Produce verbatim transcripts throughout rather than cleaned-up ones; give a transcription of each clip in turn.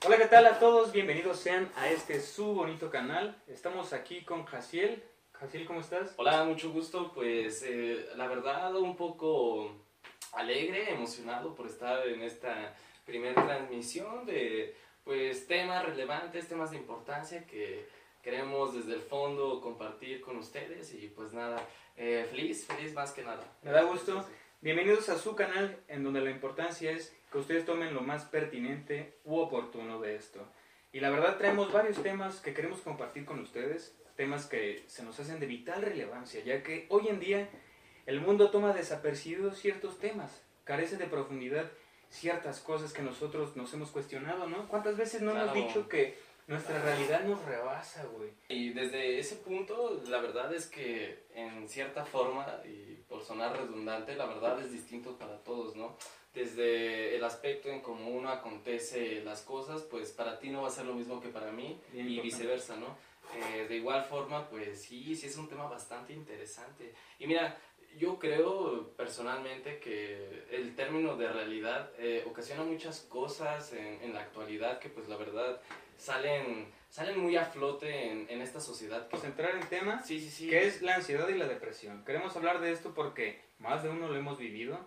Hola, ¿qué tal a todos? Bienvenidos sean a este su bonito canal. Estamos aquí con Jaciel. Jaciel, ¿cómo estás? Hola, mucho gusto. Pues eh, la verdad un poco alegre, emocionado por estar en esta primera transmisión de pues temas relevantes, temas de importancia que queremos desde el fondo compartir con ustedes y pues nada, eh, feliz, feliz más que nada. Me da gusto. Bienvenidos a su canal en donde la importancia es que ustedes tomen lo más pertinente u oportuno de esto. Y la verdad traemos varios temas que queremos compartir con ustedes, temas que se nos hacen de vital relevancia, ya que hoy en día el mundo toma desapercibidos ciertos temas, carece de profundidad ciertas cosas que nosotros nos hemos cuestionado, ¿no? ¿Cuántas veces no Claro. hemos dicho que nuestra realidad nos rebasa, güey? Y desde ese punto, la verdad es que en cierta forma, y por sonar redundante, la verdad es distinto para todos, ¿no? Desde el aspecto en cómo uno acontece las cosas, pues para ti no va a ser lo mismo que para mí, Bien y importante. viceversa, ¿no? Eh, de igual forma, pues sí, sí es un tema bastante interesante. Y mira, yo creo personalmente que el término de realidad eh, ocasiona muchas cosas en, en la actualidad que pues la verdad salen, salen muy a flote en, en esta sociedad. Que, Vamos a entrar en tema, sí, sí, sí. que es la ansiedad y la depresión. Queremos hablar de esto porque más de uno lo hemos vivido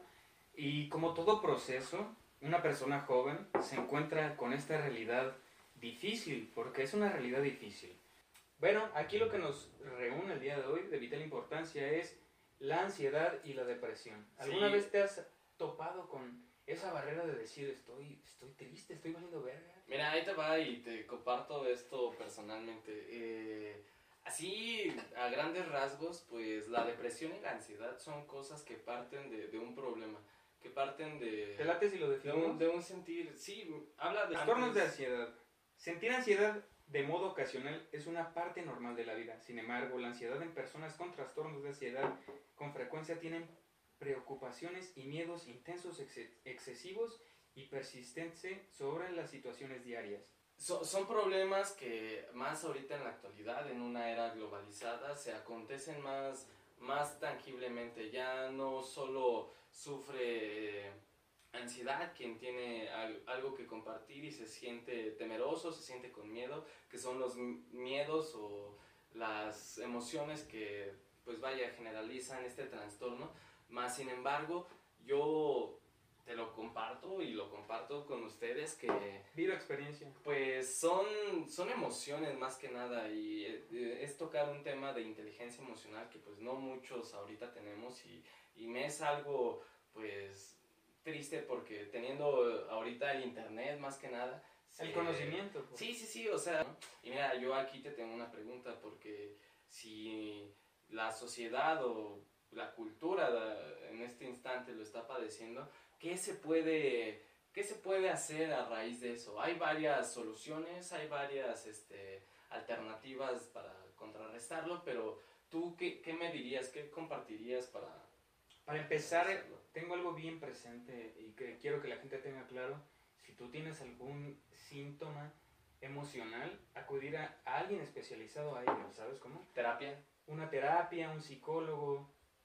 y como todo proceso, una persona joven se encuentra con esta realidad difícil, porque es una realidad difícil. Bueno, aquí lo que nos reúne el día de hoy de vital importancia es la ansiedad y la depresión. ¿Alguna Sí. vez te has topado con esa barrera de decir estoy, estoy triste, estoy valiendo verga? Mira, ahí te va y te comparto esto personalmente. Eh, así, a grandes rasgos, pues la depresión y la ansiedad son cosas que parten de, de un problema, que parten de... ¿Te late si lo de definimos? un, de un sentir, sí, habla de... Trastornos de antes- ansiedad. Sentir ansiedad de modo ocasional es una parte normal de la vida. Sin embargo, la ansiedad en personas con trastornos de ansiedad con frecuencia tienen preocupaciones y miedos intensos, ex excesivos y persistentes sobre las situaciones diarias. So- son problemas que más ahorita en la actualidad, en una era globalizada, se acontecen más, más tangiblemente. Ya no solo sufre eh, ansiedad quien tiene al- algo que compartir y se siente temeroso, se siente con miedo, que son los m- miedos o las emociones que, pues vaya, generalizan este trastorno. Más sin embargo, yo te lo comparto y lo comparto con ustedes que Viva experiencia. pues son, son emociones más que nada y eh, es tocar un tema de inteligencia emocional que pues no muchos ahorita tenemos y, y me es algo pues triste porque teniendo ahorita el internet más que nada. El se- conocimiento. Pues. Sí, sí, sí, o sea, ¿no? Y mira, yo aquí te tengo una pregunta porque si la sociedad o la cultura de- en este instante lo está padeciendo, ¿qué se puede... ¿Qué se puede hacer a raíz de eso? Hay varias soluciones, hay varias este, alternativas para contrarrestarlo, pero tú, ¿qué, qué me dirías? ¿Qué compartirías para...? Para empezar, hacerlo? tengo algo bien presente y que quiero que la gente tenga claro. Si tú tienes algún síntoma emocional, acudir a, a alguien especializado a ello, ¿sabes cómo? ¿Terapia? Una terapia, un psicólogo.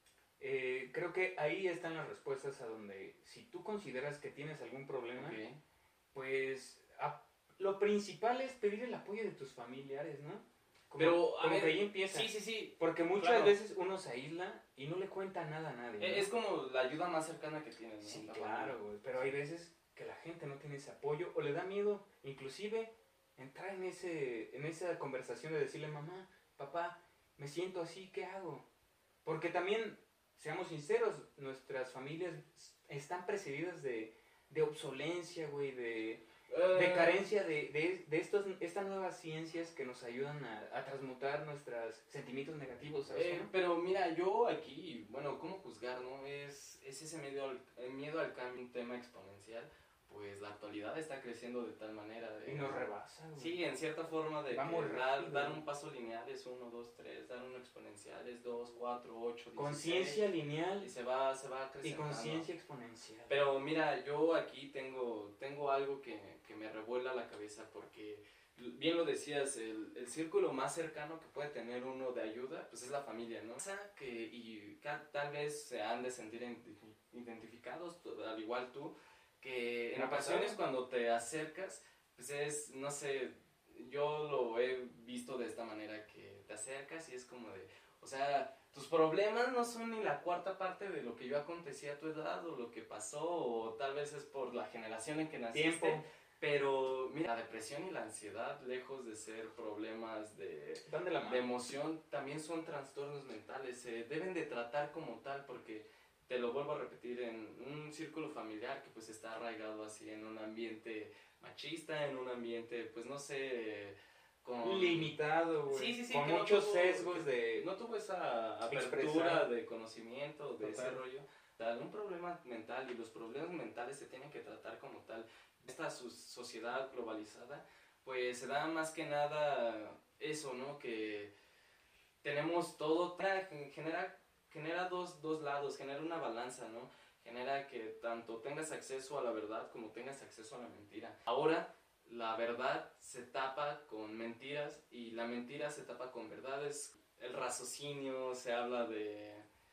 Eh, creo que ahí están las respuestas a donde, si tú consideras que tienes algún problema, Ok. pues a, lo principal es pedir el apoyo de tus familiares, ¿no? Como, Pero, a como ver, que ahí empieza. Sí, sí, sí. Porque muchas claro. veces uno se aísla y no le cuenta nada a nadie. ¿no? Es como la ayuda más cercana que tienes, ¿no? Sí, La claro, familia. güey. Pero hay veces que la gente no tiene ese apoyo o le da miedo, inclusive, entrar en, ese, en esa conversación de decirle, mamá, papá, me siento así, ¿qué hago? Porque también, seamos sinceros, nuestras familias están precedidas de, de obsolencia, güey, de, de Eh, carencia de, de, de estos, estas nuevas ciencias que nos ayudan a, a transmutar nuestros sentimientos negativos, ¿sabes? Eh, cómo? pero mira, yo aquí, bueno, ¿cómo juzgar, no? Es, es ese medio al- el miedo al cambio, un tema exponencial, pues la actualidad está creciendo de tal manera de... Y nos rebasa, güey. Sí, en cierta forma de Va que muy dar, rápido. dar un paso lineal es uno, dos, tres, dar uno exponencial es dos, cuatro, ocho, dieciséis. Conciencia lineal Y se va, se va y creciendo. conciencia exponencial. Pero mira, yo aquí tengo, tengo algo que, que me revuela la cabeza porque, bien lo decías, el, el círculo más cercano que puede tener uno de ayuda, pues es la familia, ¿no? Que, y ca- tal vez se han de sentir identificados, al igual tú, que en ¿Me ha ocasiones pasado? cuando te acercas pues es, no sé, yo lo he visto de esta manera, que te acercas y es como de, o sea, tus problemas no son ni la cuarta parte de lo que yo acontecía a tu edad o lo que pasó, o tal vez es por la generación en que naciste. Tiempo. Pero mira, la depresión y la ansiedad, lejos de ser problemas de, Van de la mano. de emoción, también son trastornos mentales. Se deben de tratar como tal porque, te lo vuelvo a repetir, en un círculo familiar que pues está arraigado así en un ambiente machista, en un ambiente, pues no sé, con... Limitado, güey. Sí, sí, sí, con que no muchos tuvo- sesgos que de... No tuvo esa apertura expresar. de conocimiento, de ese Total. rollo. Tal, un problema mental, y los problemas mentales se tienen que tratar como tal. Esta su- sociedad globalizada, pues se da más que nada eso, ¿no? Que tenemos todo, genera, genera dos, dos lados, genera una balanza, ¿no? Genera que tanto tengas acceso a la verdad como tengas acceso a la mentira. Ahora la verdad se tapa con mentiras y la mentira se tapa con verdades. El raciocinio, se habla de,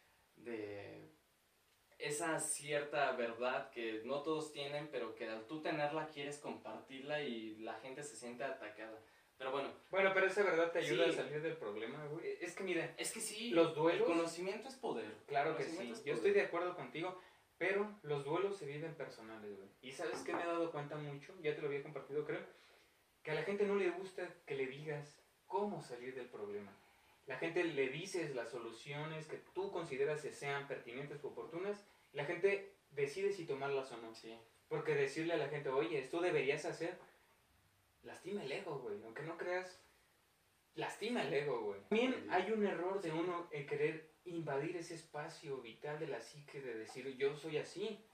de esa cierta verdad que no todos tienen, pero que al tú tenerla quieres compartirla y la gente se siente atacada. Pero bueno. Bueno, pero esa verdad te ayuda Sí. a salir del problema, güey. Es que mira, Es que sí, los duelos... el conocimiento es poder. Claro que sí, Conocimiento es yo poder. estoy de acuerdo contigo, pero los duelos se viven personales, güey. Y ¿sabes qué me he dado cuenta mucho? Ya te lo había compartido, creo. Que a la gente no le gusta que le digas cómo salir del problema. La gente le dices las soluciones que tú consideras que sean pertinentes o oportunas, y la gente decide si tomarlas o no. Sí. Porque decirle a la gente, oye, esto deberías hacer, lastima el ego, güey. Aunque no creas, lastima el ego, güey. También hay un error de uno en querer invadir ese espacio vital de la psique, de decir, yo soy así.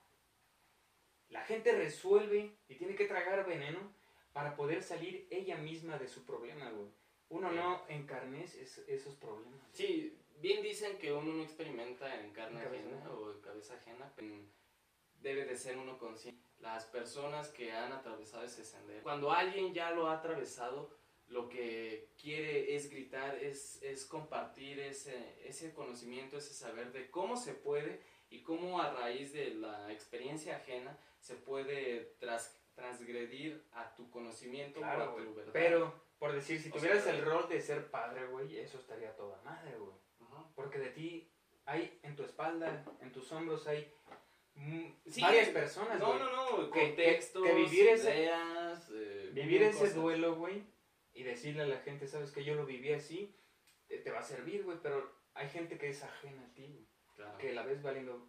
La gente resuelve y tiene que tragar veneno para poder salir ella misma de su problema, güey. Uno no encarnece es, esos problemas. Sí, bien dicen que uno no experimenta en carne En cabeza ajena ajena. o en cabeza ajena, pero debe de ser uno consciente. Las personas que han atravesado ese sendero, cuando alguien ya lo ha atravesado, lo que quiere es gritar, es, es compartir ese, ese conocimiento, ese saber de cómo se puede y cómo a raíz de la experiencia ajena se puede tras, transgredir a tu conocimiento, Claro, o a güey. tu verdad. Pero, por decir, si O tuvieras sea, el rol de ser padre, güey, eso estaría toda madre, güey. Ajá. Porque de ti hay, en tu espalda, en tus hombros hay mm, Sí, varias personas, No, güey. no, no, Que- contextos, que vivir ese- ideas, eh, Vivir mil ese cosas. duelo, güey, y decirle a la gente, sabes que yo lo viví así, te, te va a servir, güey, pero hay gente que es ajena a ti, güey, Claro. que la ves valiendo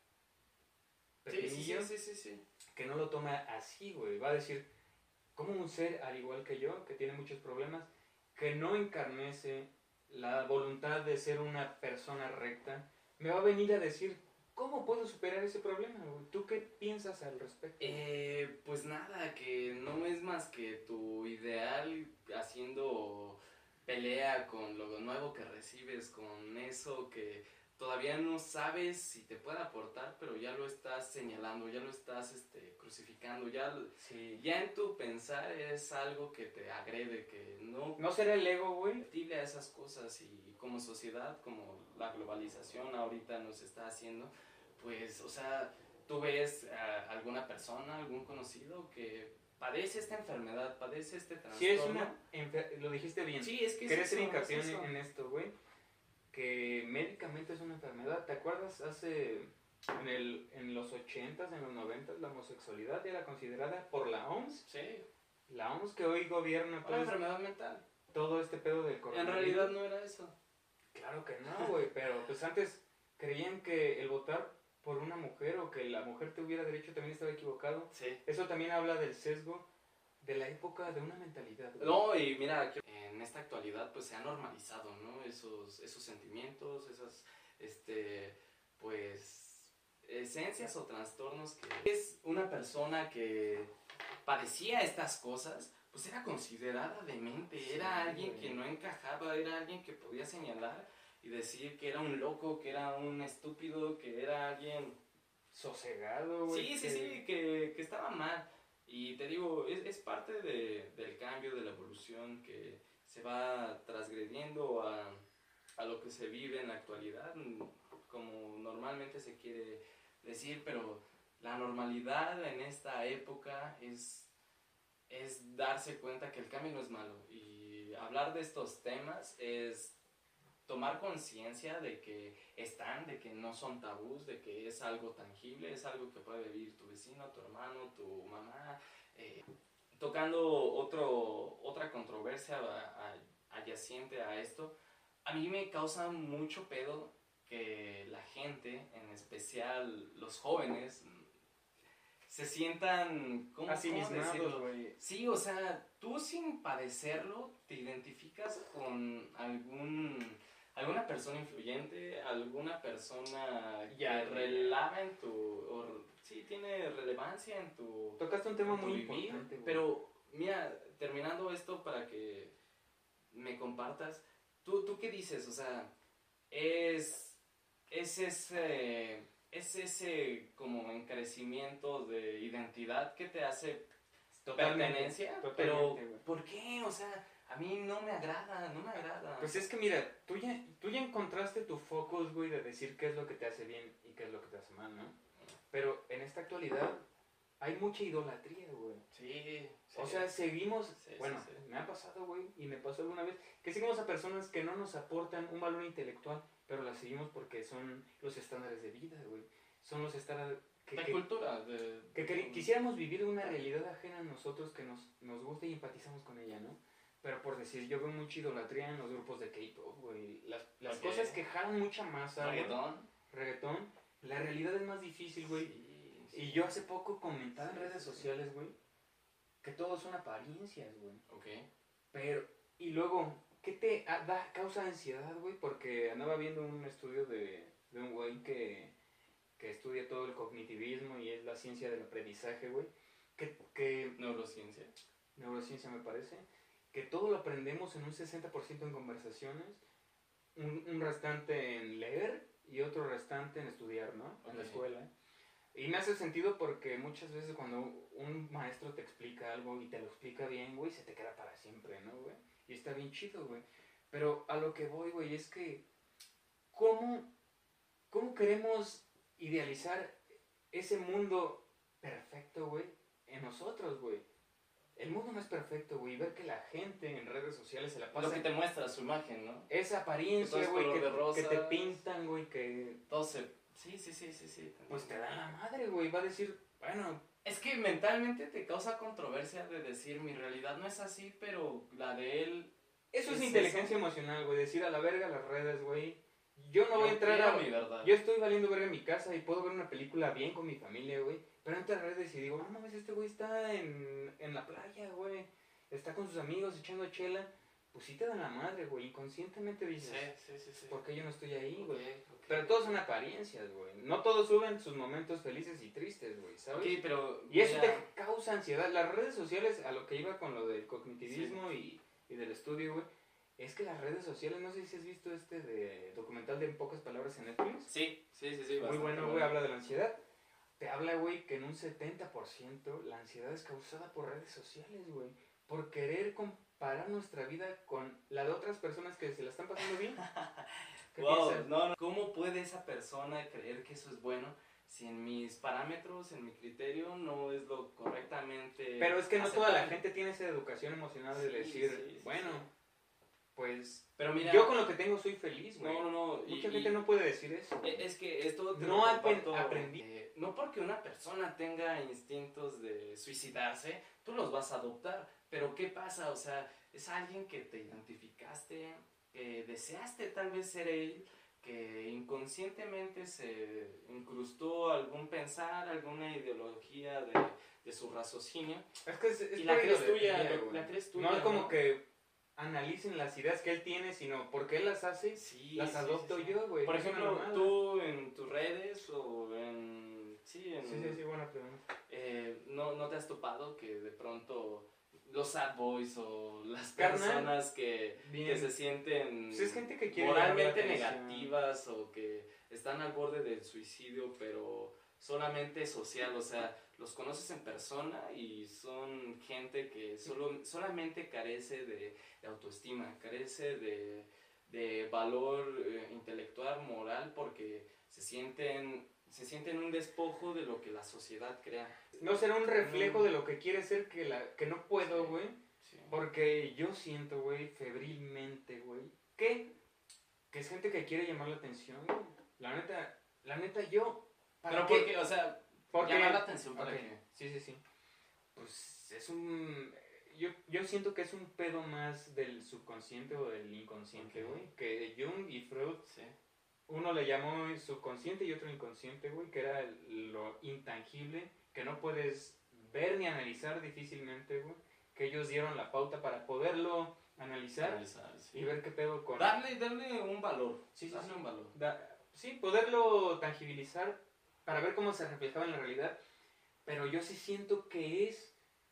Sí, sí, sí, pepinillo, sí, sí, sí. que no lo toma así, güey, va a decir, como un ser al igual que yo, que tiene muchos problemas, que no encarnece la voluntad de ser una persona recta, me va a venir a decir, ¿cómo puedo superar ese problema, güey? ¿Tú qué piensas al respecto? Eh, pues nada, que no es más que tu ideal haciendo pelea con lo nuevo que recibes, con eso que todavía no sabes si te puede aportar, pero ya lo estás señalando, ya lo estás este, crucificando, ya, Sí. ya en tu pensar es algo que te agrede, que no ¿No será el ego, güey? a esas cosas, y como sociedad, como la globalización ahorita nos está haciendo, pues, o sea, tú ves a alguna persona, algún conocido que padece esta enfermedad, padece este trastorno. Sí, es una... enfer- Lo dijiste bien. Sí, es que Quería es hacer eso, hincapié es eso. en, en esto, güey. Que médicamente es una enfermedad. ¿Te acuerdas hace... En, el, en los ochentas, en los noventas, la homosexualidad era considerada por la O M S? Sí, La O M S que hoy gobierna una todo, este, enfermedad mental. todo este pedo del En coronavirus. realidad no era eso. Claro que no, güey. Pero pues antes creían que el votar por una mujer o que la mujer tuviera derecho también estaba equivocado. Sí. Eso también habla del sesgo de la época, de una mentalidad, güey. No, y mira, que en esta actualidad pues se ha normalizado, ¿no? Esos, esos sentimientos, esas, este, pues, esencias o trastornos que es una persona que padecía estas cosas, pues era considerada demente, Sí, era alguien güey. que no encajaba, era alguien que podía señalar y decir que era un loco, que era un estúpido, que era alguien... Sosegado, güey. Sí, sí, que- sí, que, que estaba mal. Y te digo, es, es parte de, del cambio, de la evolución que se va transgrediendo a, a lo que se vive en la actualidad, como normalmente se quiere decir, pero la normalidad en esta época es es darse cuenta que el cambio no es malo. Y hablar de estos temas es tomar conciencia de que están, de que no son tabús, de que es algo tangible, es algo que puede vivir tu vecino, tu hermano, tu mamá. Eh, tocando otro, otra controversia a, a, adyacente a esto, a mí me causa mucho pedo que la gente, en especial los jóvenes, se sientan, ¿cómo, así cómo mismados, decirlo? güey. Sí, o sea, tú sin padecerlo te identificas con algún alguna persona influyente, alguna persona Ya, que ya, relava en tu, o, sí, tiene relevancia en tu, Tocaste un tema en tu muy vivir. importante, güey. Pero mira, terminando esto para que me compartas, ¿tú, tú qué dices? O sea, es, es ese, es ese como encarecimiento de identidad que te hace Totalmente, pertenencia, totalmente, pero güey. ¿por qué? O sea, a mí no me agrada, no me agrada. Pues es que mira, tú ya, tú ya encontraste tu focus, güey, de decir qué es lo que te hace bien y qué es lo que te hace mal, ¿no? Pero en esta actualidad hay mucha idolatría, güey. Sí, sí. O sea, seguimos, Sí, sí, bueno, sí. me ha pasado, güey, y me pasó alguna vez, que seguimos a personas que no nos aportan un valor intelectual, pero las seguimos porque son los estándares de vida, güey. Son los estándares que, de que, cultura. De, que, que quisiéramos vivir una realidad ajena a nosotros que nos, nos gusta y empatizamos con ella, ¿no? Pero por decir, yo veo mucha idolatría en los grupos de K-pop, güey. Las, las Okay. cosas que jalan mucha masa, güey. Reggaetón. Reggaetón. La realidad es más difícil, güey. Sí, sí. Y yo hace poco comentaba en Sí, redes sí, sí. sociales, güey, que todo son apariencias, güey. Ok. Pero, y luego, ¿qué te ah, da, causa ansiedad, güey? Porque andaba viendo un estudio de, de un güey que, que estudia todo el cognitivismo y es la ciencia del aprendizaje, güey. Que, que, Neurociencia. neurociencia me parece, que todo lo aprendemos en un sesenta por ciento en conversaciones, un, un restante en leer y otro restante en estudiar, ¿no? En Ok. la escuela. Y me hace sentido porque muchas veces cuando un maestro te explica algo y te lo explica bien, güey, se te queda para siempre, ¿no, güey? Y está bien chido, güey. Pero a lo que voy, güey, es que ¿cómo, cómo queremos idealizar ese mundo perfecto, güey, en nosotros, güey? El mundo no es perfecto, güey. Ver que la gente en redes sociales se la pasa... Lo que te muestra su imagen, ¿no? Esa Que todo apariencia, es güey, color que, de rosas. que te pintan, güey, que... Todo se... Sí, sí, sí, sí, sí. Pues te dan la madre, güey. Va a decir, bueno... Es que mentalmente te causa controversia de decir mi realidad no es así, pero la de él... Eso es, ¿Es inteligencia eso? emocional, güey. Decir a la verga las redes, güey. Yo no Yo voy a entrar quiero a... mi verdad. Yo estoy valiendo verga en mi casa y puedo ver una película bien con mi familia, güey. Pero entro a redes y digo, no mames, este güey está en, en la playa, güey. Está con sus amigos echando chela. Pues sí te dan la madre, güey. Inconscientemente dices, Sí, sí, sí, sí. ¿por qué yo no estoy ahí, güey? Ok, ok. Pero todos son apariencias, güey. No todos suben sus momentos felices y tristes, güey, ¿sabes? Ok, pero... Y eso mira, te causa ansiedad. Las redes sociales, a lo que iba con lo del cognitivismo y, y del estudio, güey, es que las redes sociales, no sé si has visto este de documental de En pocas palabras en Netflix. Sí, sí, sí, sí. Muy bastante bueno, güey, habla de la ansiedad. Te habla, güey, que en un setenta por ciento la ansiedad es causada por redes sociales, güey. Por querer comparar nuestra vida con la de otras personas que se la están pasando bien. ¿Qué Wow, piensas? no, no. ¿Cómo puede esa persona creer que eso es bueno si en mis parámetros, en mi criterio, no es lo correctamente Pero es que no toda la aceptable? gente tiene esa educación emocional de Sí, decir, sí, sí, bueno, sí. pues Pero mira, yo con lo que tengo soy feliz, güey. no, no, no. y- Mucha y- gente no puede decir eso. e- Es que esto te No lo apen- comparto, aprendí. eh, no porque una persona tenga instintos de suicidarse, tú los vas a adoptar. Pero ¿qué pasa? O sea, es alguien que te identificaste, que deseaste tal vez ser él, que inconscientemente se incrustó algún pensar, alguna ideología de, de su raciocinio. Es que es, es Y la por crees idolatría, tuya, güey. la crees tuya, No es como ¿no? que analicen las ideas que él tiene, sino porque él las hace, Sí, las sí, adopto sí, sí. yo, güey. Por Es una ejemplo, mamada. tú en tus redes o en... Sí, en... Sí, sí, sí, buena pregunta. eh, no, ¿no te has topado que de pronto los sad boys o las Carnal, personas que, bien. que se sienten Pues es gente que quiere moralmente llamar la atención. negativas o que están al borde del suicidio, pero solamente social, o sea, los conoces en persona y son gente que solo, solamente carece de, de autoestima, carece de, de valor eh, intelectual, moral, porque se sienten se sienten un despojo de lo que la sociedad crea. No será un reflejo de lo que quiere ser que, la, que no puedo, Sí. güey. Sí. Porque yo siento, güey, febrilmente, güey, que, que es gente que quiere llamar la atención, güey. La neta, la neta, yo... ¿para Pero qué? porque, o sea, Porque... llamar la atención para Ok, que... sí, sí, sí. Pues es un... Yo, yo siento que es un pedo más del subconsciente o del inconsciente, Ok. güey. Que Jung y Freud, Sí. uno le llamó subconsciente y otro inconsciente, güey, que era el- lo intangible, que no puedes ver ni analizar difícilmente, güey. Que ellos dieron la pauta para poderlo analizar Analizar, sí. y ver qué pedo con... Darle, darle un valor. Sí, sí, darle sí. un valor. Da- sí, poderlo tangibilizar para ver cómo se reflejaba en la realidad. Pero yo sí siento que es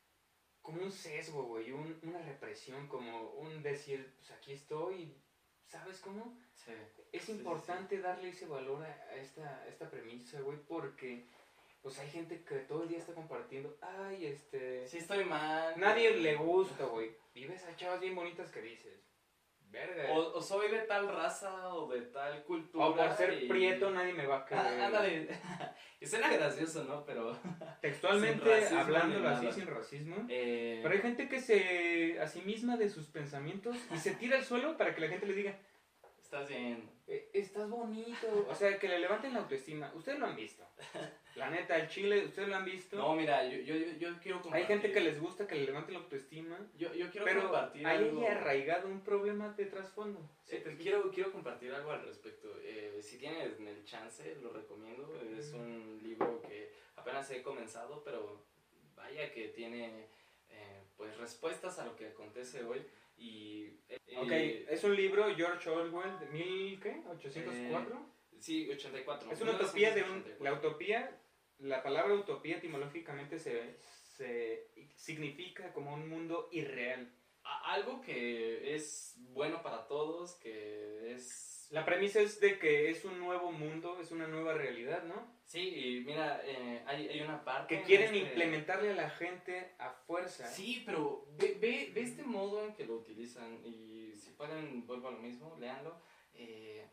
como un sesgo, güey, un- una represión, como un decir, pues aquí estoy, ¿sabes cómo? Sí. Es Sí, sí, importante darle ese valor a, a esta, a esta premisa, güey, porque pues hay gente que todo el día está compartiendo, ay, este... Sí estoy mal. Nadie pero- le gusta, güey. Y ves a chavas bien bonitas que dices, verga. O, o soy de tal raza o de tal cultura. O por ser y- prieto nadie me va a querer. Ah, ándale. Y suena gracioso, ¿no? Pero. Textualmente, Sin racismo hablándolo ni así, nada. sin racismo. Eh, Pero hay gente que se a sí misma de sus pensamientos y se tira al suelo para que la gente le diga, Estás bien. "Eh, estás bonito". O sea, que le levanten la autoestima. Ustedes lo han visto. La neta, el chile, ustedes lo han visto. No, mira, yo, yo, yo, yo quiero compartir. Hay gente que les gusta que le levanten la autoestima. Yo, yo quiero Pero compartir hay algo. arraigado un problema de trasfondo. Sí, te quiero, quiero compartir algo al respecto. Eh, si tienes el chance, lo recomiendo. Es un libro que apenas he comenzado, pero vaya que tiene eh, pues respuestas a lo que acontece hoy. Y, eh, Ok, es un libro, George Orwell, de mil, ¿qué? ¿ochocientos cuatro? Sí, ochenta y cuatro. Es una utopía de un... mil novecientos ochenta y cuatro. La utopía, la palabra utopía etimológicamente se, se significa como un mundo irreal. A- Algo que es bueno para todos, que es... La premisa es de que es un nuevo mundo, es una nueva realidad, ¿no? Sí, y mira, eh, hay, hay una parte... Que en quieren este- implementarle a la gente a fuerza. Sí, pero ve, ve, ve este modo en que lo utilizan y si pueden, vuelvo a lo mismo, léanlo. Eh,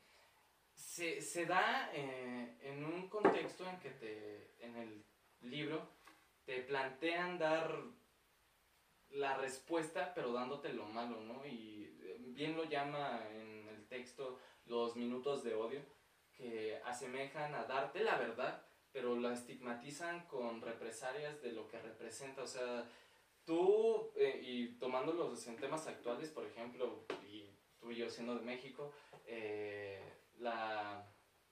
se, se da eh, en un contexto en que te, en el libro te plantean dar la respuesta, pero dándote lo malo, ¿no? Y eh, bien lo llama en el texto los minutos de odio, que asemejan a darte la verdad, pero la estigmatizan con represalias de lo que representa. O sea, tú, eh, y tomándolos en temas actuales, por ejemplo, y tú y yo siendo de México, eh, la,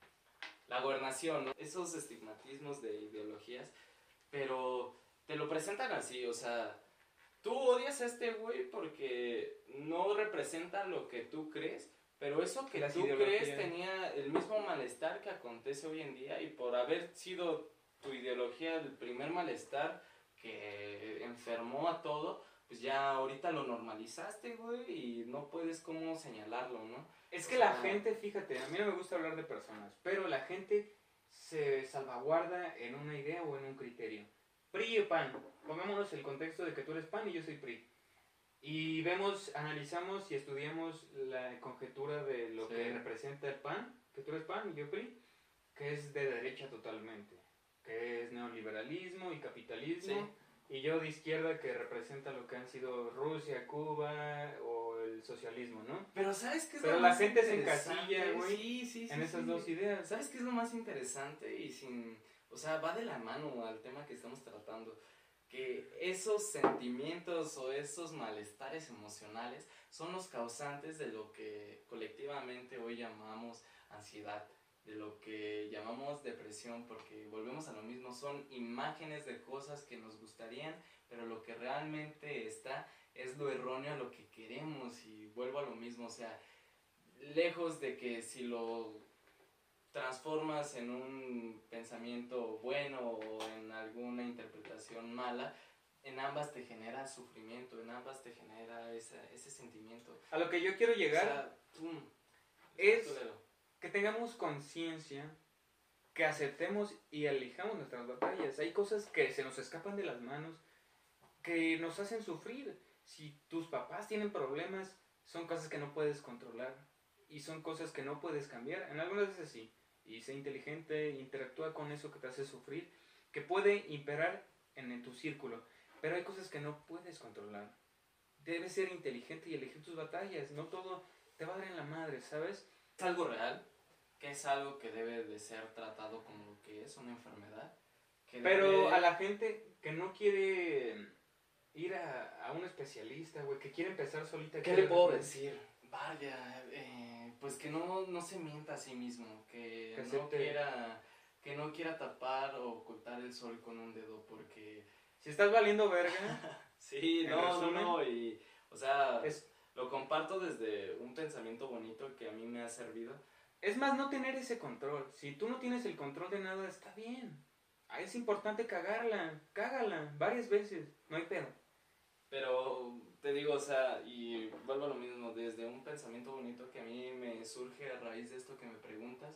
la gobernación, ¿no? Esos estigmatismos de ideologías, pero te lo presentan así, o sea, tú odias a este güey porque no representa lo que tú crees, pero eso que Las tú ideologías. crees tenía el mismo malestar que acontece hoy en día, y por haber sido tu ideología el primer malestar que enfermó a todo, pues ya ahorita lo normalizaste, güey, y no puedes como señalarlo, ¿no? Es O que sea, la gente, fíjate, a mí no me gusta hablar de personas, pero la gente se salvaguarda en una idea o en un criterio. P R I o P A N, pongámonos el contexto de que tú eres P A N y yo soy P R I. Y vemos, analizamos y estudiamos la conjetura de lo Sí. que representa el P A N, que tú eres P A N y yo P R I, que es de derecha totalmente, que es neoliberalismo y capitalismo. Y yo de izquierda, que representa lo que han sido Rusia, Cuba o el socialismo, ¿no? Pero ¿sabes qué es Pero lo la más gente se interesante? encasilla, güey, Sí, sí, sí, en esas sí. dos ideas. ¿Sabes qué es lo más interesante? Y sin, o sea, va de la mano al tema que estamos tratando. Que esos sentimientos o esos malestares emocionales son los causantes de lo que colectivamente hoy llamamos ansiedad, de lo que llamamos depresión, porque volvemos a lo mismo, son imágenes de cosas que nos gustarían, pero lo que realmente está es lo erróneo a lo que queremos, y vuelvo a lo mismo, o sea, lejos de que si lo transformas en un pensamiento bueno o en alguna interpretación mala, en ambas te genera sufrimiento, en ambas te genera esa, ese sentimiento. A lo que yo quiero llegar O sea, tum, es culero. que tengamos conciencia, que aceptemos y elijamos nuestras batallas. Hay cosas que se nos escapan de las manos, que nos hacen sufrir. Si tus papás tienen problemas, son cosas que no puedes controlar y son cosas que no puedes cambiar. En algunas veces sí, y sé inteligente, interactúa con eso que te hace sufrir, que puede imperar en, en tu círculo, pero hay cosas que no puedes controlar. Debes ser inteligente y elegir tus batallas, no todo te va a dar en la madre, ¿sabes? Es algo real, que es algo que debe de ser tratado como lo que es una enfermedad. Que Pero debe... a la gente que no quiere ir a, a un especialista, güey, que quiere empezar solita. ¿Qué le puedo decir? Vaya, eh, pues que no, no se mienta a sí mismo, que, Que no acepte. quiera, que no quiera tapar o ocultar el sol con un dedo, porque... Si estás valiendo verga, Sí, En no, no, resumen, no, y, o sea, es, lo comparto desde un pensamiento bonito que a mí me ha servido. es más no tener ese control. Si tú no tienes el control de nada, está bien. Ah, es importante cagarla, cágala varias veces, no hay pedo. Pero te digo, o sea, y vuelvo a lo mismo, desde un pensamiento bonito que a mí me surge a raíz de esto que me preguntas,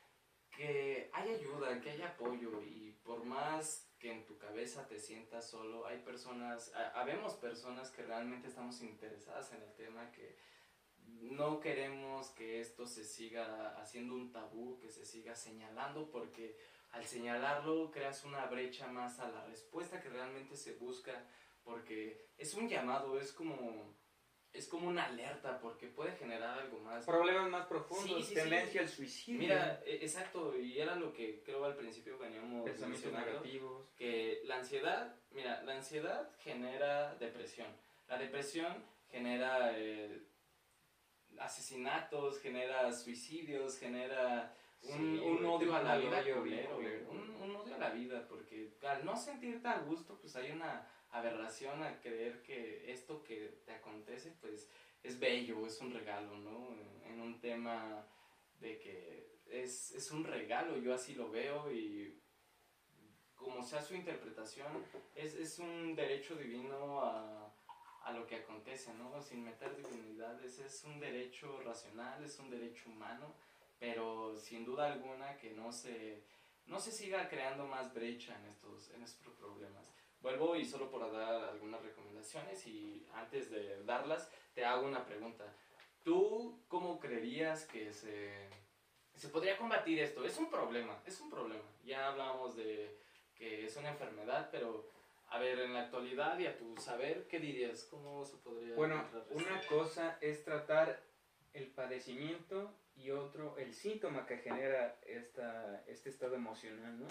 que hay ayuda, que hay apoyo, y por más que en tu cabeza te sientas solo, hay personas, ha- habemos personas que realmente estamos interesadas en el tema, que no queremos que esto se siga haciendo un tabú, que se siga señalando, porque al señalarlo creas una brecha más a la respuesta que realmente se busca, porque es un llamado, es como, es como una alerta, porque puede generar algo más. Problemas más profundos, Sí, sí, tendencia sí. al suicidio. Mira, e- exacto, y era lo que creo al principio veníamos Pensamientos mencionando, negativos. que la ansiedad, mira, la ansiedad genera depresión, la depresión genera eh, asesinatos, genera suicidios, genera un, Sí, un güey, odio te a la manda el vida hoyo, culero, culero. güey, un, un odio a la vida, porque al no sentirte a gusto, pues hay una aberración a creer que esto que te acontece, pues es bello, es un regalo, ¿no? En, en un tema de que es, es un regalo, yo así lo veo, y como sea su interpretación, es, es un derecho divino a, a lo que acontece, ¿no? Sin meter divinidades, es un derecho racional, es un derecho humano, pero sin duda alguna que no se, no se siga creando más brecha en estos, en estos problemas. Vuelvo y solo por dar algunas recomendaciones, y antes de darlas te hago una pregunta. ¿Tú cómo creerías que se, se podría combatir esto? Es un problema, es un problema. Ya hablamos de que es una enfermedad, pero a ver, en la actualidad y a tu saber, ¿qué dirías? ¿Cómo se podría Bueno, contrarrestar? una cosa es tratar el padecimiento y otro el síntoma que genera esta, este estado emocional, ¿no?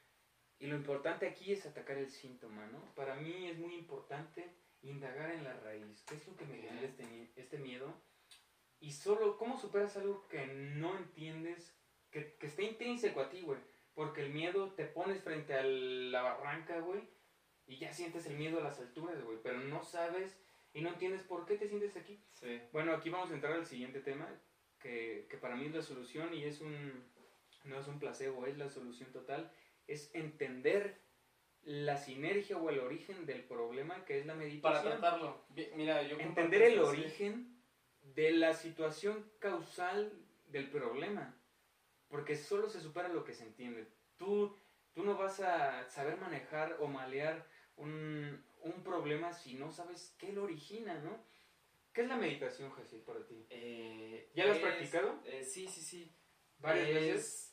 Y lo importante aquí es atacar el síntoma, ¿no? Para mí es muy importante indagar en la raíz. ¿Qué es lo que me Ok. genera este, este miedo? Y solo, ¿cómo superas algo que no entiendes, que, que está intrínseco a ti, güey? Porque el miedo te pones frente a la barranca, güey, y ya sientes el miedo a las alturas, güey, pero no sabes y no entiendes por qué te sientes aquí. Sí. Bueno, aquí vamos a entrar al siguiente tema, que, que para mí es la solución y es un, no es un placebo, es la solución total, es entender la sinergia o el origen del problema, que es la Para meditación. tratarlo, vi- mira, yo Entender comparto el esto, sí. origen de la situación causal del problema, porque solo se supera lo que se entiende. Tú, tú no vas a saber manejar o malear un, un problema si no sabes qué lo origina, ¿no? ¿Qué es la meditación, Jesús, para ti? Eh, ¿Ya lo has es- practicado? eh, sí, sí, sí. ¿Varias es, veces?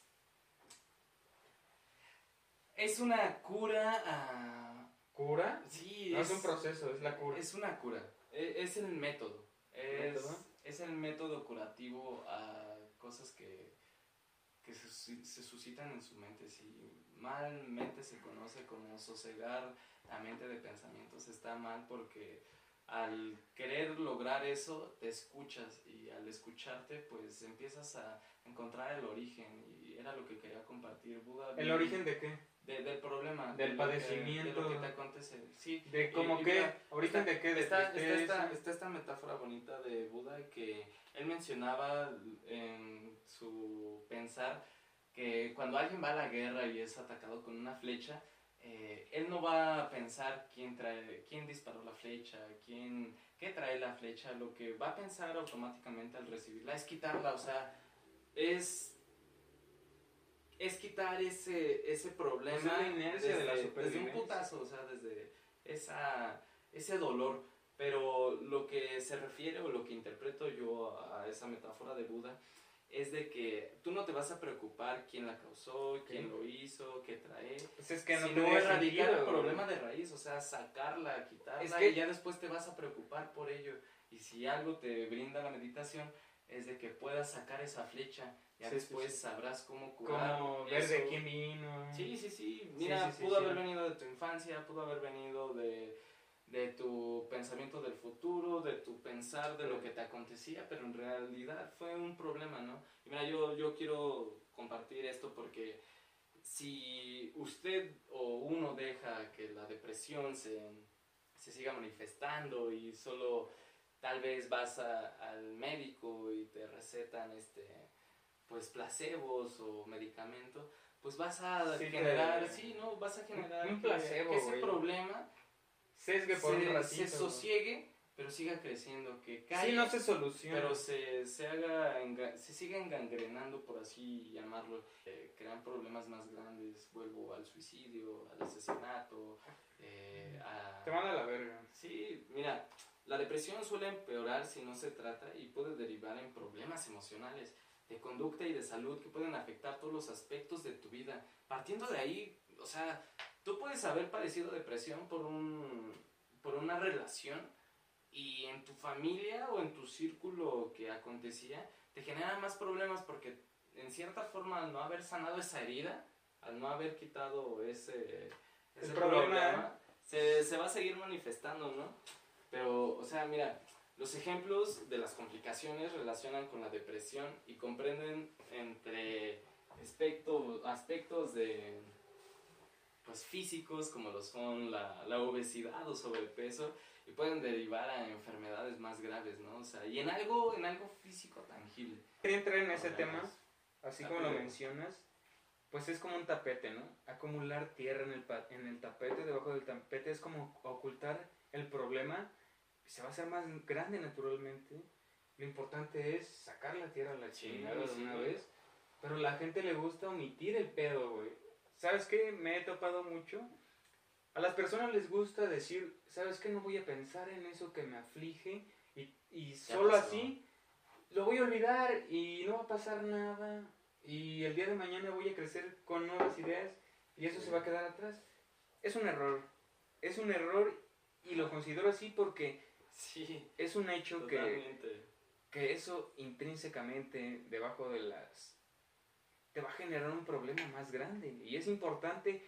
Es una cura a... ¿Cura? Sí, No es es, un proceso, es la cura. es una cura. E- Es, el método. Es, ¿Método? es el método curativo a cosas que, que se, sus- se suscitan en su mente. Si malmente se conoce como sosegar la mente de pensamientos, está mal, porque al querer lograr eso te escuchas, y al escucharte pues empiezas a encontrar el origen, y era lo que quería compartir Buda. ¿El vi- origen de qué? de- del problema, Del de lo que- padecimiento. de lo que te acontece. Sí, ¿De y- cómo y qué? mira, ¿Origen está- de qué? ¿De está, está, tristeza? esta, está esta metáfora bonita de Buda, que él mencionaba en su pensar que cuando alguien va a la guerra y es atacado con una flecha, eh, él no va a pensar quién, trae, quién disparó la flecha, quién, qué trae la flecha. Lo que va a pensar automáticamente al recibirla es quitarla, o sea, es es quitar ese, ese problema, Pues es la inercia de la desde, desde un supervivencia. putazo, o sea, desde esa, ese dolor. Pero lo que se refiere, o lo que interpreto yo a esa metáfora de Buda, es de que tú no te vas a preocupar quién la causó, quién lo hizo, qué trae, Pues es que no sino tiene erradicar sentido, el güey. problema de raíz, o sea, sacarla, quitarla, Es que- y ya después te vas a preocupar por ello. Y si algo te brinda la meditación, es de que puedas sacar esa flecha, ya Sí, sí, después sí. sabrás cómo curar. Como ver de eso. quién vino. Sí, sí, sí. Mira, sí, sí, pudo sí. haber venido de tu infancia, pudo haber venido de, de tu pensamiento del futuro, de tu pensar de lo que te acontecía, pero en realidad fue un problema, ¿no? Y mira, yo, yo quiero compartir esto porque si usted o uno deja que la depresión se, se siga manifestando y solo tal vez vas a- al médico y te recetan este pues placebos o medicamentos, pues vas a Sí, generar, te- sí, ¿no? Vas a generar un que- placebo, que, ese güey. problema Sesgue por un se, ratito. se sosiegue, pero siga creciendo, que calle, Sí, no se soluciona. pero se, se haga, enga- se siga engangrenando, por así llamarlo, eh, crean problemas más grandes, vuelvo al suicidio, al asesinato, eh, a... Te van a la verga. Sí, mira, la depresión suele empeorar si no se trata y puede derivar en problemas emocionales, de conducta y de salud que pueden afectar todos los aspectos de tu vida. Partiendo de ahí, o sea, tú puedes haber padecido depresión por un por una relación y en tu familia o en tu círculo que acontecía te genera más problemas porque en cierta forma al no haber sanado esa herida, al no haber quitado ese, ese El problema, problema, se, se va a seguir manifestando, ¿no? Pero, o sea, mira, los ejemplos de las complicaciones relacionan con la depresión y comprenden entre aspectos, aspectos de pues físicos como lo son la, la obesidad o sobrepeso y pueden derivar a enfermedades más graves, ¿no? O sea, y en algo, en algo físico tangible. Quería entrar en ese Problemas. tema, así como lo Rápido. mencionas, pues es como un tapete, ¿no? Acumular tierra en el, pa- en el tapete, debajo del tapete, es como ocultar el problema, se va a hacer más grande naturalmente. Lo importante es sacar la tierra a la Sí, chingada de sí. una vez, pero a la gente le gusta omitir el pedo, güey. ¿Sabes qué? Me he topado mucho. A las personas les gusta decir, ¿sabes qué? No voy a pensar en eso que me aflige y, y solo pasó. así lo voy a olvidar y no va a pasar nada y el día de mañana voy a crecer con nuevas ideas y eso Sí. se va a quedar atrás. Es un error, es un error y lo considero así porque Sí, es un hecho que, totalmente. que eso intrínsecamente debajo de las... te va a generar un problema más grande y es importante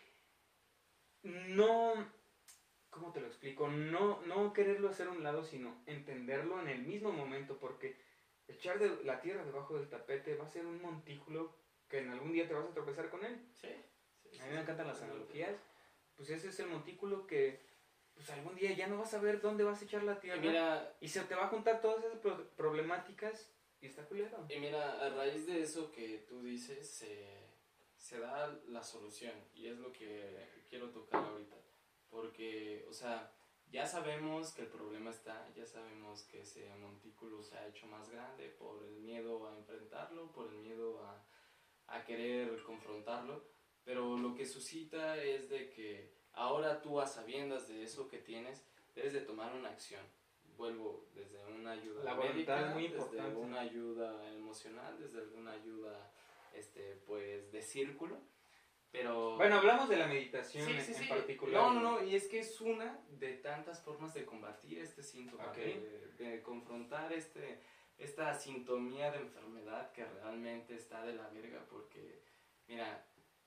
no... ¿Cómo te lo explico? No, no quererlo hacer a un lado, sino entenderlo en el mismo momento, porque echar de la tierra debajo del tapete va a ser un montículo que en algún día te vas a tropezar con él. Sí, sí, sí, A mí me sí, encantan las totalmente. analogías. Pues ese es el montículo que pues algún día ya no vas a ver dónde vas a echar la Y tierra. mira, Y se te va a juntar todas esas pro- problemáticas y está culero. y mira, a raíz de eso que tú dices, se, se da la solución. Y es lo que quiero tocar ahorita. Porque, o sea, ya sabemos que el problema está, ya sabemos que ese montículo se ha hecho más grande por el miedo a enfrentarlo, por el miedo a, a querer confrontarlo. Pero lo que suscita es de que ahora tú a sabiendas de eso que tienes, debes de tomar una acción. Vuelvo desde una ayuda La voluntad médica, es muy desde importante. una ayuda emocional, desde alguna ayuda este pues de círculo, pero Bueno, hablamos de la meditación sí, en, sí, en sí. particular. No, no, no, y es que es una de tantas formas de combatir este síntoma, Ok. de, de confrontar este, esta sintomía de enfermedad que realmente está de la verga, porque, mira,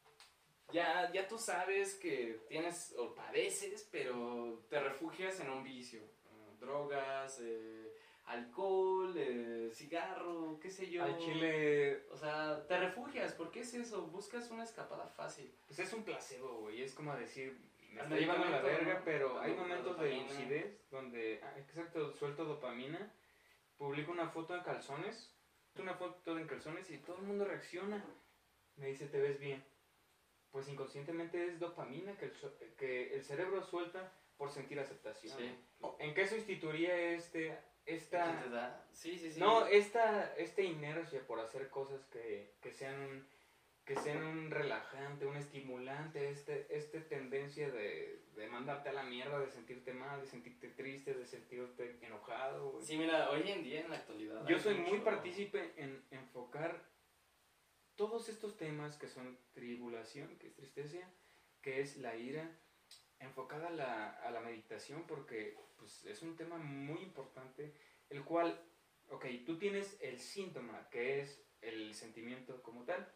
ya, ya tú sabes que tienes o padeces, pero te refugias en un vicio, eh, drogas, eh, alcohol, eh, cigarro, qué sé yo. Al chile, O sea, te refugias, ¿por qué es eso? Buscas una escapada fácil. pues es un placebo, güey. Es como decir, me Al está llevando a la medicamento, verga, ¿no? pero La hay do- la momentos de dopamina. lucidez donde, ah, exacto, suelto dopamina, publico una foto en calzones, una foto en calzones y todo el mundo reacciona. Me dice, ¿te ves bien? Pues inconscientemente es dopamina que el, so- que el cerebro suelta por sentir aceptación. Sí. ¿En qué sustituiría este, esta... ¿Qué te da? Sí, sí, sí. No, esta, esta inercia por hacer cosas que, que sean un, que sean un relajante, un estimulante, este, esta tendencia de, de mandarte a la mierda, de sentirte mal, de sentirte triste, de sentirte enojado, güey. Sí, mira, hoy en día, en la actualidad... Yo hay soy muy mucho- partícipe en enfocar enfocar todos estos temas que son tribulación, que es tristeza, que es la ira, enfocada a la, a la meditación, porque pues, es un tema muy importante, el cual, ok, tú tienes el síntoma, que es el sentimiento como tal,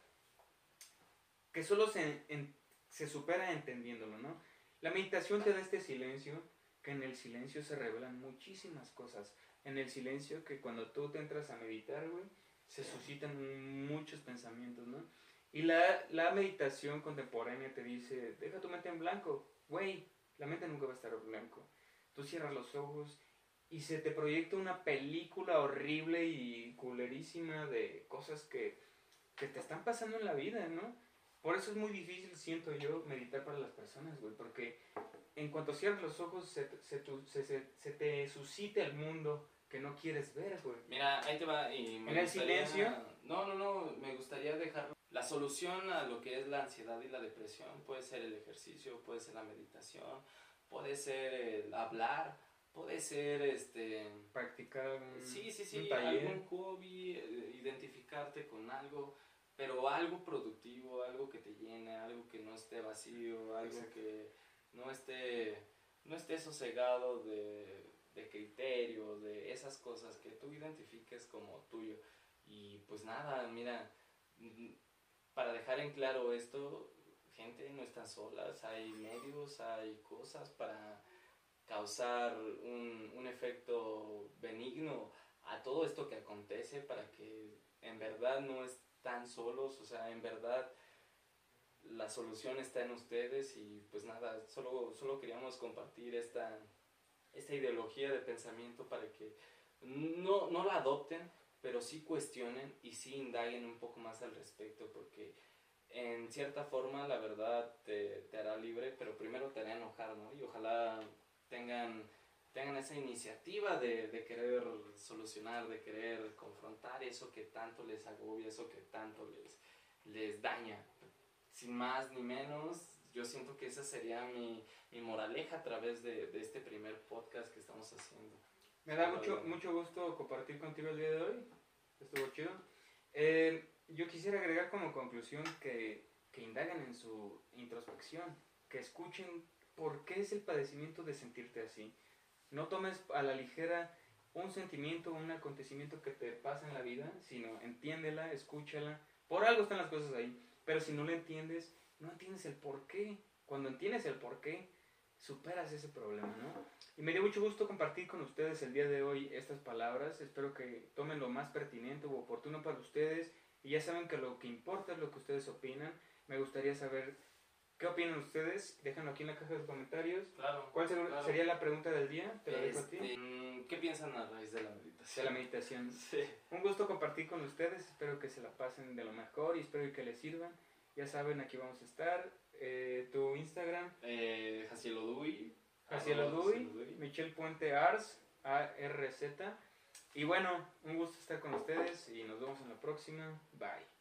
que solo se, en, se supera entendiéndolo, ¿no? La meditación te da este silencio, que en el silencio se revelan muchísimas cosas, en el silencio que cuando tú te entras a meditar, güey, se suscitan muchos pensamientos, ¿no? Y la, la meditación contemporánea te dice, deja tu mente en blanco, güey, la mente nunca va a estar en blanco. Tú cierras los ojos y se te proyecta una película horrible y culerísima de cosas que, que te están pasando en la vida, ¿no? Por eso es muy difícil, siento yo, meditar para las personas, güey, porque en cuanto cierras los ojos se, se, se, se, se te suscita el mundo que no quieres ver, güey. Mira, ahí te va y me en el gustaría, silencio. No, no, no, me gustaría dejar la solución a lo que es la ansiedad y la depresión. Puede ser el ejercicio, puede ser la meditación, puede ser el hablar, puede ser este practicar un, sí, sí, sí, un taller. algún hobby, identificarte con algo, pero algo productivo, algo que te llene, algo que no esté vacío, algo Exacto. que no esté, no esté sosegado de, de criterios, de esas cosas que tú identifiques como tuyo. Y pues nada, mira, para dejar en claro esto, gente, no están solas, hay medios, hay cosas para causar un, un efecto benigno a todo esto que acontece, para que en verdad no están solos, o sea, en verdad la solución está en ustedes. Y pues nada, solo, solo queríamos compartir esta, esta ideología de pensamiento para que no, no la adopten, pero sí cuestionen y sí indaguen un poco más al respecto, porque en cierta forma la verdad te, te hará libre, pero primero te hará enojar, ¿no? Y ojalá tengan, tengan esa iniciativa de, de querer solucionar, de querer confrontar eso que tanto les agobia, eso que tanto les, les daña. Sin más ni menos, yo siento que esa sería mi, mi moraleja a través de, de este primer podcast que estamos haciendo. Me da mucho, mucho gusto compartir contigo el día de hoy, estuvo chido. Eh, yo quisiera agregar como conclusión que, que indaguen en su introspección, que escuchen por qué es el padecimiento de sentirte así. No tomes a la ligera un sentimiento, un acontecimiento que te pasa en la vida, sino entiéndela, escúchala. Por algo están las cosas ahí, pero si no lo entiendes, no entiendes el por qué. Cuando entiendes el por qué, superas ese problema, ¿no? Y me dio mucho gusto compartir con ustedes el día de hoy estas palabras. Espero que tomen lo más pertinente u oportuno para ustedes. Y ya saben que lo que importa es lo que ustedes opinan. Me gustaría saber qué opinan ustedes. Déjenlo aquí en la caja de comentarios. Claro. ¿Cuál ser, claro. sería la pregunta del día? Te la este, dejo a ti. ¿Qué piensan a raíz de la meditación? De la meditación. Sí. Un gusto compartir con ustedes. Espero que se la pasen de lo mejor y espero que les sirvan. Ya saben, aquí vamos a estar. Eh, tu Instagram. Eh, Jaciel Oduy. Jaciel Oduy. Michelle Puente Ars. A R Z. Y bueno, un gusto estar con ustedes y nos vemos en la próxima. Bye.